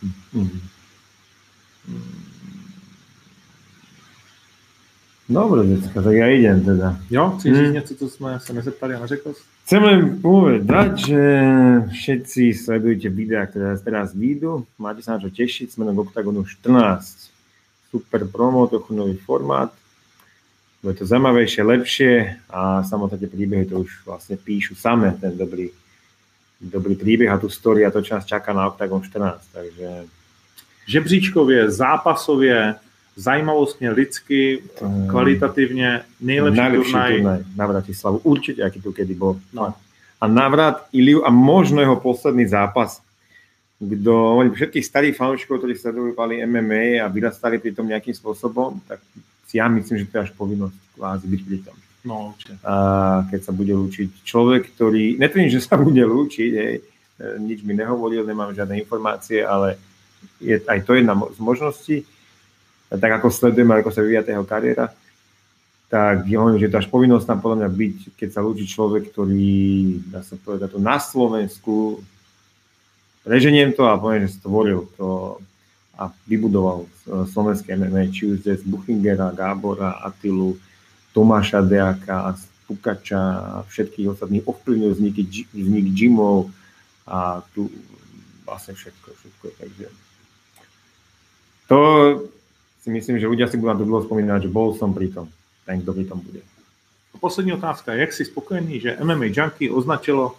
Dobre, decka, tak ja idem teda. Jo, chceš říct něco, co jsme se nezeptali a neřekl? Chcem len povedať, že všetci sledujete videá, ktoré teraz výjdu. Máte sa na čo tešiť, sme na Octagonu 14. Super promo, trochu nový formát. Bude to zaujímavejšie, lepšie a samotné tie príbehy to už vlastne píšu same, ten dobrý príbeh a tú story a to, čo nás čaká na Octagon 14. Takže... Žebříčkově, zápasově, zajímavostně, lidsky, kvalitativně, nejlepší turnaj na Bratislavu. Určite, aký tu kedy bol. No. A návrat Iliu a možno jeho posledný zápas. Kdo, všetkých starých fanúšikov, ktorí sledovali MMA a vyrastali pri tom nejakým spôsobom, tak si ja myslím, že to je až povinnosť kvázi byť pri tom. No, určite. A keď sa bude lúčiť človek, ktorý, netvrdím, že sa bude lúčiť, nič mi nehovoril, nemám žiadne informácie, ale je aj to jedna z možností. Tak ako sledujeme, ako sa vyvíja jeho kariéra, tak je hovorím, že to až povinnosť tam podľa mňa byť, keď sa lúči človek, ktorý, dá sa povedať, to na Slovensku, preženiem to a poviem, že stvoril to a vybudoval slovenské MMA, či už z Buchingera, Gábora, Attilu, Tomáša Deaka, Pukača a všetkých ostatných ovplyvnil vznik gymov a tu vlastne všetko. Takže to si myslím, že ľudia si budú na to dlho spomínať, že bol som pri tom. Ten, kto pri tom bude. Poslední otázka. Jak si spokojený, že MMA Junkie označilo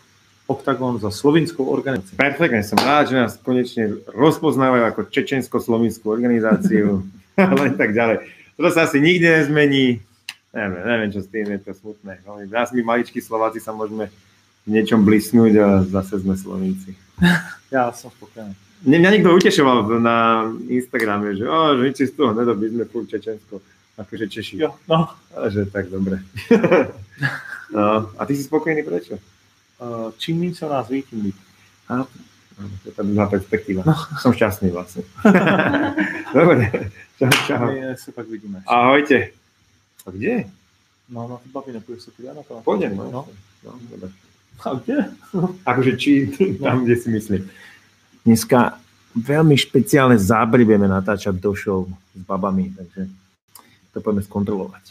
Octagon za slovinskou organizaci. Perfektne, som rád, že nás konečne rozpoznávajú ako čečensko-slovinskú organizáciu, len tak ďalej. To sa asi nikdy nezmení. Neviem, čo s tým je to smutné. Nás my maličkí Slováci sa môžeme v niečom blisnúť a zase sme Slovíci. Ja som spokojný. Mňa niekto utešoval na Instagrame, že nič z toho nedobí, sme furt Čečensko, akože Češi. Jo, no. Ale že tak dobre. No, a ty si spokojný prečo? Čím méně se o nás ví, tím líp. To je tá druhá perspektíva. No. Som šťastný vlastne. Dobre, čau. My se pak vidíme. Ahojte. A kde? No, na ty babi nepůjdeš se podívat na to? Pôjdem, no. No, Dobre. a kde? Akože či tam, kde si myslím. Dneska veľmi špeciálne zábery budeme natáčať do show s babami, takže to poďme skontrolovať.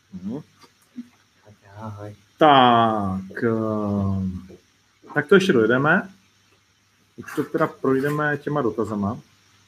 Ahoj. Tak to ještě dojedeme. Už to teda projdeme těma dotazama.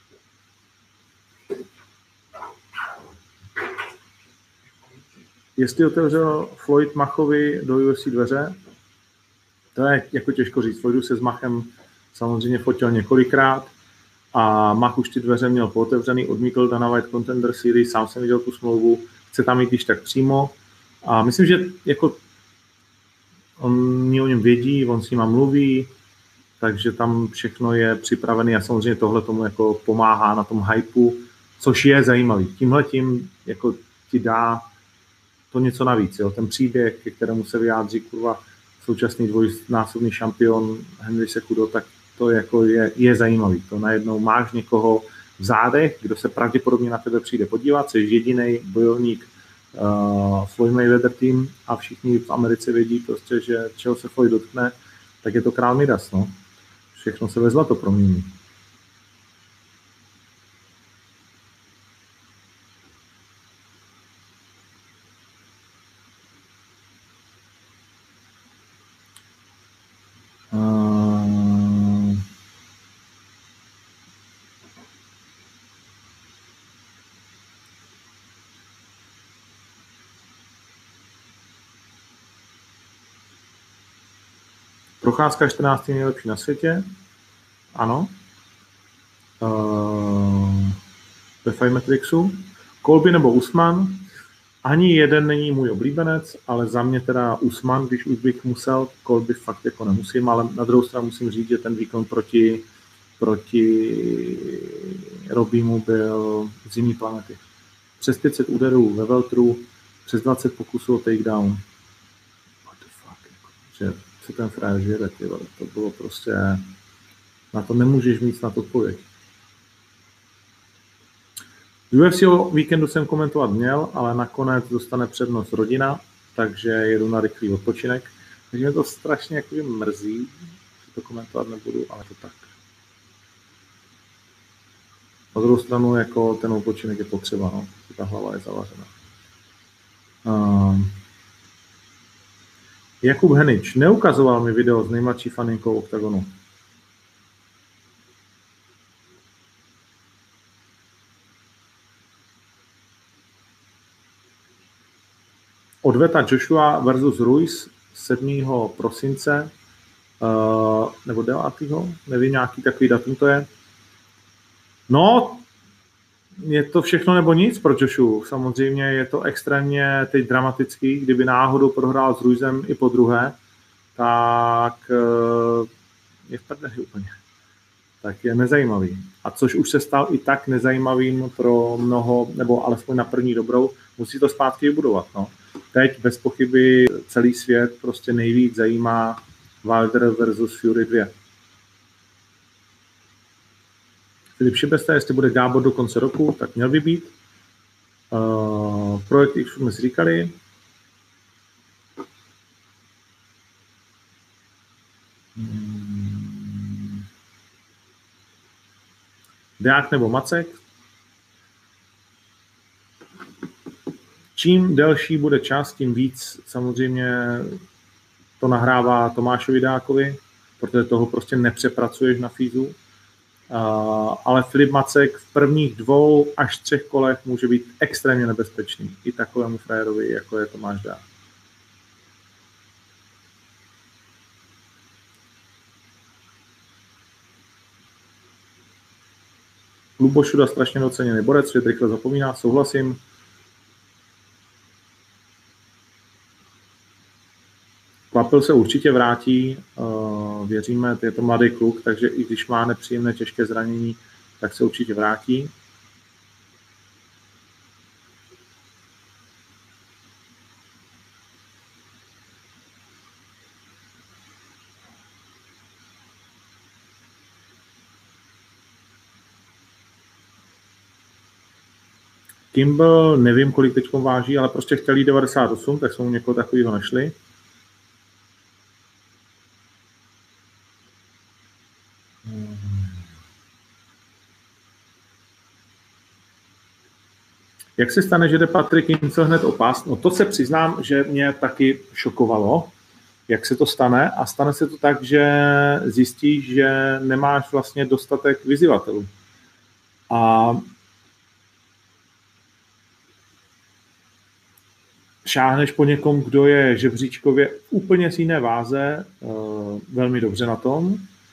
Jestli otevřel Floyd Machovi do UFC dveře, to je jako těžko říct. Floydu se s Machem samozřejmě fotil několikrát a Mach už ty dveře měl pootevřený, odmítl Dana White Contender Series, sám jsem viděl tu smlouvu, chce tam jít když tak přímo a myslím, že jako oni o něm vědí, on s nima mluví, takže tam všechno je připravené a samozřejmě tohle tomu jako pomáhá na tom hypeu, což je zajímavý. Tímhletím jako ti dá to něco navíc, jo? Ten příběh, ke kterému se vyjádří kurva současný dvojnásobný šampion Henry Cejudo, tak to jako je zajímavý. To najednou máš někoho v zádech, kdo se pravděpodobně na tebe přijde podívat, jsi jediný bojovník Floyd Mayweather tým a všichni v Americe vědí prostě, že čeho se Floyd dotkne, tak je to král Midas, no. Všechno se ve zlato promění. Procházka 14. nejlepší na světě. Ano. Ve Fight Matrixu. Colby nebo Usman. Ani jeden není můj oblíbenec, ale za mě teda Usman, když už bych musel, Colby fakt jako nemusím, ale na druhou stranu musím říct, že ten výkon proti Robimu byl z jiný planety. Přes 500 úderů ve welteru, přes 20 pokusů o takedown. What the fuck, jako, že se ten frajer žije, to bylo prostě, na to nemůžeš mít snad odpověď. UFC o víkendu jsem komentovat měl, ale nakonec dostane přednost rodina, takže jedu na rychlý odpočinek. Takže mě to strašně jakoby mrzí, že to komentovat nebudu, ale to tak. Na druhou stranu jako ten odpočinek je potřeba, no. Ta hlava je zavařena. Jakub Henič neukazoval mi video s nejmladší faninkou Octagonu. Odveta Joshua versus Ruiz 7. prosince nebo 9. nevím, nějaký takový datum to je. No, je to všechno nebo nic pro Joshu. Samozřejmě je to extrémně teď dramatický. Kdyby náhodou prohrál s Ruizem i po druhé, tak je v prdeli úplně. Tak je nezajímavý. A což už se stal i tak nezajímavým pro mnoho, nebo alespoň na první dobrou, musí to zpátky vybudovat. No. Teď bez pochyby celý svět prostě nejvíc zajímá Wilder versus Fury 2. Filip Šibesta, jestli bude Gábor do konce roku, tak měl by být. Projekt X jsme si říkali. Deák nebo Macek. Čím delší bude čas, tím víc samozřejmě to nahrává Tomášovi Deákovi, protože toho prostě nepřepracuješ na fízu. Ale Filip Macek v prvních 2 až 3 kolech může být extrémně nebezpečný. I takovému frajerovi, jako je Tomáš Deák. Lubošuda strašně doceněný borec, že rychle zapomíná, souhlasím. Kvapil se určitě vrátí, věříme, je to mladý kluk, takže i když má nepříjemné těžké zranění, tak se určitě vrátí. Kimball, nevím, kolik teď váží, ale prostě chtěli 98, tak jsme mu někoho takového našli. Jak se stane, že jde Patrik Kincel hned o pás? No to se přiznám, že mě taky šokovalo, jak se to stane. A stane se to tak, že zjistíš, že nemáš vlastně dostatek vyzývatelů. A šáhneš po někom, kdo je žebříčkově úplně z jiné váze, velmi dobře na tom.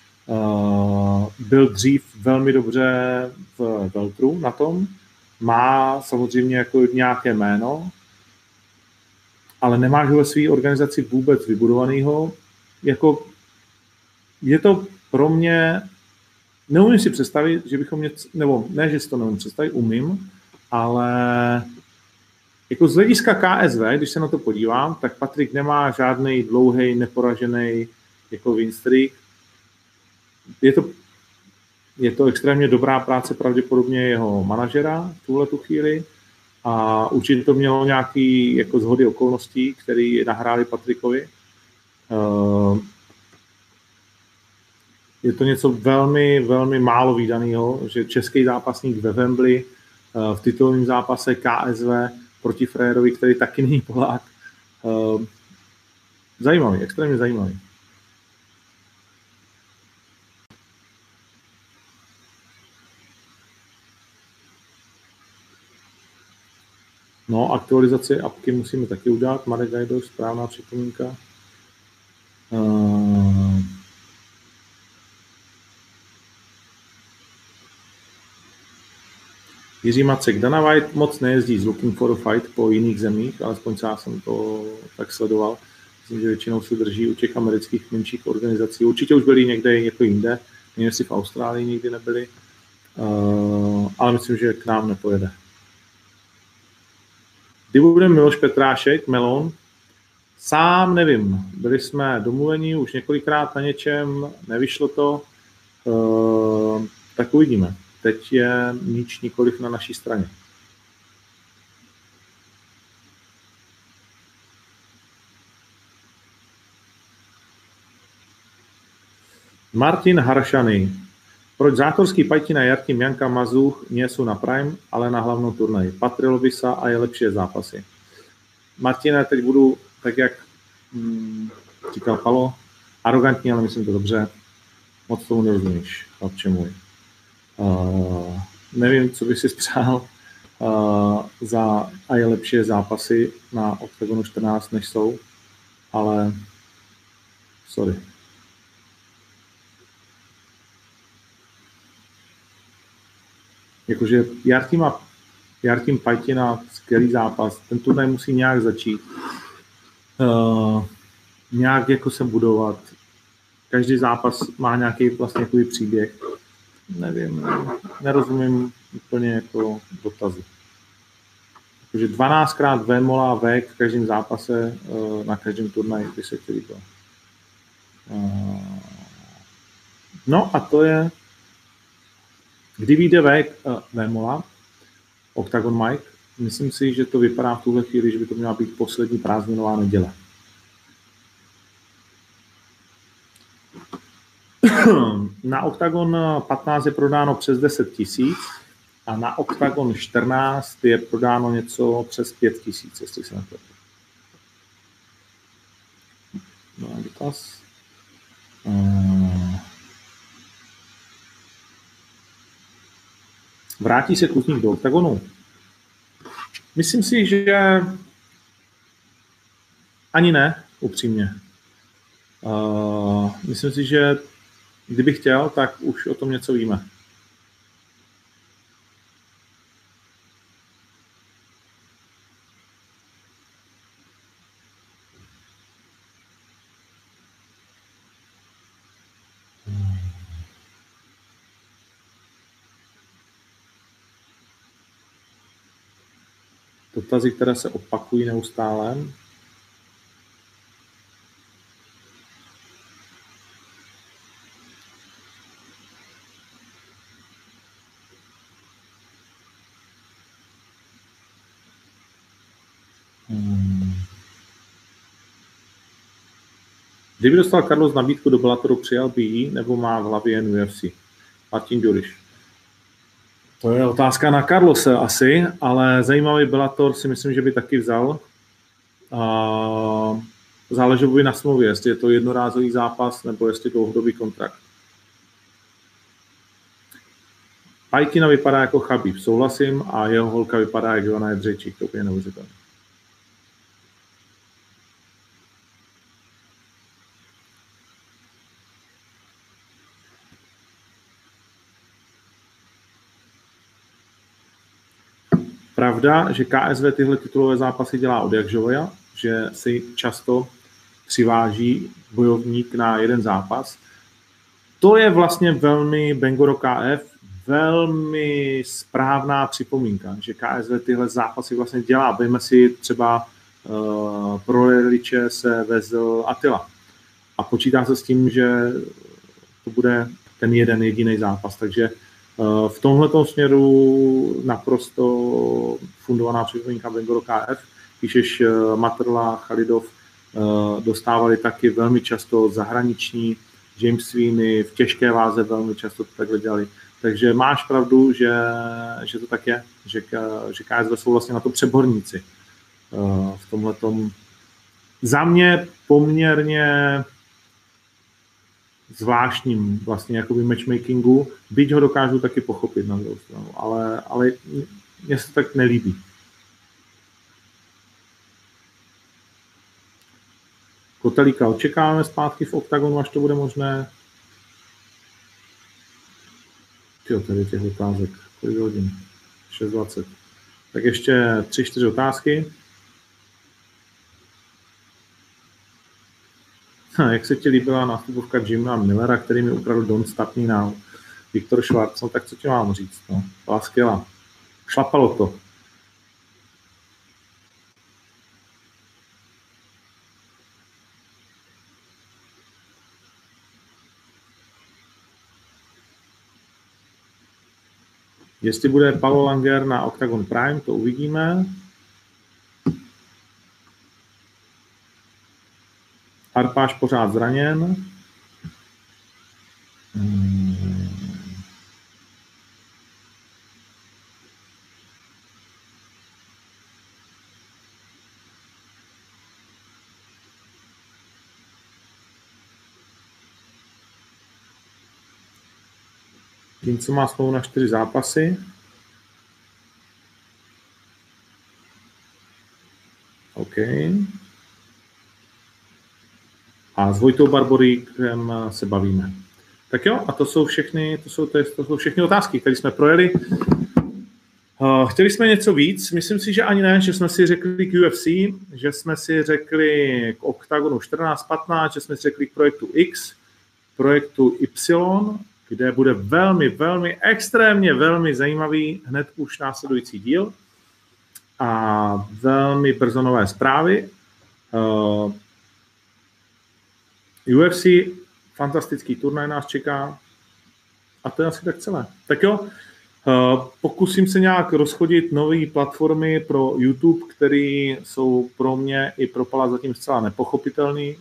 Byl dřív velmi dobře v welteru na tom. Má samozřejmě jako nějaké jméno, ale nemáš ho ve své organizaci vůbec vybudovanýho. Jako je to pro mě, neumím si představit, že bychom něco, nebo ne, že si to neumím představit, umím, ale jako z hlediska KSV, když se na to podívám, tak Patrik nemá žádný dlouhý, neporažený jako win streak. Je to extrémně dobrá práce pravděpodobně jeho manažera v tuhletu chvíli a určitě to mělo nějaký jako shody okolností, které nahrály Patrikovi. Je to něco velmi, velmi málo vídaného, že český zápasník ve Wembley v titulovém zápase KSV proti Frérovi, který taky není Polák. Zajímavý, extrémně zajímavý. No, aktualizaci apky musíme taky udělat. Marek Gajdor, správná připomínka. Jiří Macek, Dana White moc nejezdí z Looking for a Fight po jiných zemích, alespoň já jsem to tak sledoval. Myslím, že většinou se drží u těch amerických menších organizací. Určitě už byli někde jako jinde, nevím, jestli v Austrálii nikdy nebyli, ale myslím, že k nám nepojede. Kdy bude Miloš Petrášek, Melon? Sám nevím. Byli jsme domluveni už několikrát na něčem, nevyšlo to, tak uvidíme. Teď je nič nikoliv na naší straně. Martin Haršany. Proč zátorský Pajtina, Jartim, Janka, Mazuch nie sú na Prime, ale na hlavnou turnaji? Patrilo by sa aj lepšie zápasy. Martina, teď budu tak, jak říkal Palo, arrogantní, ale myslím to dobře. Moc tomu nerozumíš, chlapče můj. Nevím, co by si přál za aj lepšie zápasy na Octagonu 14, než jsou, ale sorry. Jakože Jartim Pajtina, skvělý zápas, ten turnaj musí nějak začít, nějak jako se budovat. Každý zápas má nějaký vlastně jako příběh. Nevím, nerozumím úplně jako dotazy. Takže 12krát Vémola Vek v každém zápase, na každém turnaji by se chtěli to. No a to je, kdy vyjde Vémola, Octagon Mike, myslím si, že to vypadá v tuhle chvíli, že by to měla být poslední prázdninová neděle. Na Octagon 15 je prodáno přes 10 000 a na Octagon 14 je prodáno něco přes 5 000, jestli se nepletu. No a dotaz. Vrátí se Kuzník do Octagonu? Myslím si, že ani ne, upřímně. Myslím si, že kdyby chtěl, tak už o tom něco víme. dotazy, které se opakují neustále. Kdyby dostal Carlos nabídku do Bellatoru, přijal by ji, nebo má v hlavě jen UFC? Martin Ďuriš. To je otázka na Carlose asi, ale zajímavý Bellator si myslím, že by taky vzal. Záleží by na smlouvě, jestli je to jednorázový zápas, nebo jestli dlouhodobý kontrakt. Pajtina vypadá jako Chabib, souhlasím, a jeho holka vypadá jako Joanna Jędrzejčík, to je neuvěřitelné. Pravda, že KSV tyhle titulové zápasy dělá od jakživa, že si často přiváží bojovník na jeden zápas. To je vlastně velmi Bangoro KF, velmi správná připomínka, že KSV tyhle zápasy vlastně dělá. Vejme si třeba pro Rliče se vezl Attila a počítá se s tím, že to bude ten jeden jediný zápas, takže v tomhletom směru naprosto fundovaná připomínka Bangoro KF. Píšeš Matrla, Khalidov dostávali taky velmi často zahraniční, James Sweeney v těžké váze velmi často to takhle dělali. Takže máš pravdu, že to tak je, že KSV jsou vlastně na to přeborníci. V tomhletom za mě poměrně zvláštním vlastně jakoby matchmakingu, byť ho dokážu taky pochopit na druhou stranu, ale mně se tak nelíbí. Kotelíka očekáváme zpátky v OKTAGONu, až to bude možné. Tyjo, tady těch otázek. Kolik hodin? 6:20. Tak ještě 3-4 otázky. Jak se ti líbila nástupovka Jima Millera, který mi ukradl Don't Stop Me Now? Viktor Schwarz, no tak co ti mám říct? No? Byla skvělá. Šlapalo to. Jestli bude Paolo Langer na Octagon Prime, to uvidíme. Arpáš pořád zraněn. Tím, co má smlouvu na 4 zápasy. OK. A s Vojtou Barboríkem se bavíme. Tak jo, a to jsou všechny otázky, které jsme projeli. Chtěli jsme něco víc, myslím si, že ani ne, že jsme si řekli k UFC, že jsme si řekli k Octagonu 14-15, že jsme si řekli k projektu X, projektu Y, kde bude velmi, velmi, extrémně velmi zajímavý hned už následující díl a velmi brzo nové zprávy. UFC, fantastický turnaj nás čeká a to je asi tak celé. Tak jo, pokusím se nějak rozchodit nové platformy pro YouTube, které jsou pro mě i pro Pala zatím zcela nepochopitelný.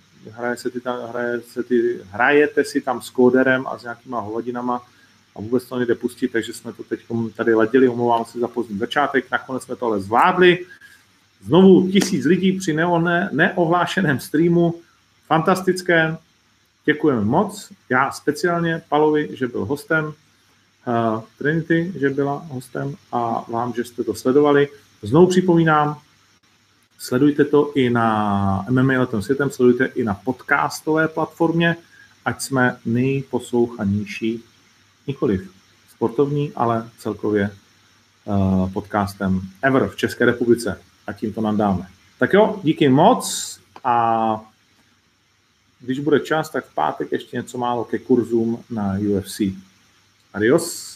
Hrajete si tam s kóderem a s nějakýma hovadinama a vůbec to nejde pustit, takže jsme to teď tady ladili, omlouvám se za pozdní začátek, nakonec jsme to ale zvládli. Znovu 1000 lidí při neohlášeném streamu, fantastické, děkujeme moc, já speciálně Palovi, že byl hostem, Trinity, že byla hostem a vám, že jste to sledovali. Znovu připomínám, sledujte to i na MMA letem světem, sledujte i na podcastové platformě, ať jsme nejposlouchanější, nikoliv sportovní, ale celkově podcastem ever v České republice. A tím to nám dáme. Tak jo, díky moc a když bude čas, tak v pátek ještě něco málo ke kurzům na UFC. Adios.